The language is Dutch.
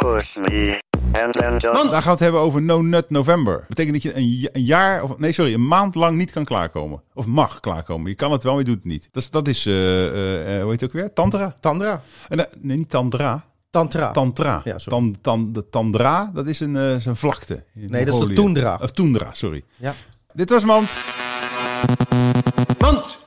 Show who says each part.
Speaker 1: push me. And then just...
Speaker 2: Daar gaan we het hebben over No Nut November. Dat betekent dat je een maand lang niet kan klaarkomen. Of mag klaarkomen. Je kan het wel, maar je doet het niet. Dat is hoe heet het ook weer? Tantra?
Speaker 3: Tantra?
Speaker 2: Nee, niet Tantra.
Speaker 3: Tantra.
Speaker 2: Tantra.
Speaker 3: Ja, sorry.
Speaker 2: De Tandra, dat is een vlakte.
Speaker 3: Nee, dat is de Toendra.
Speaker 2: Toendra, sorry.
Speaker 3: Ja.
Speaker 2: Dit was Mand.
Speaker 3: Mand!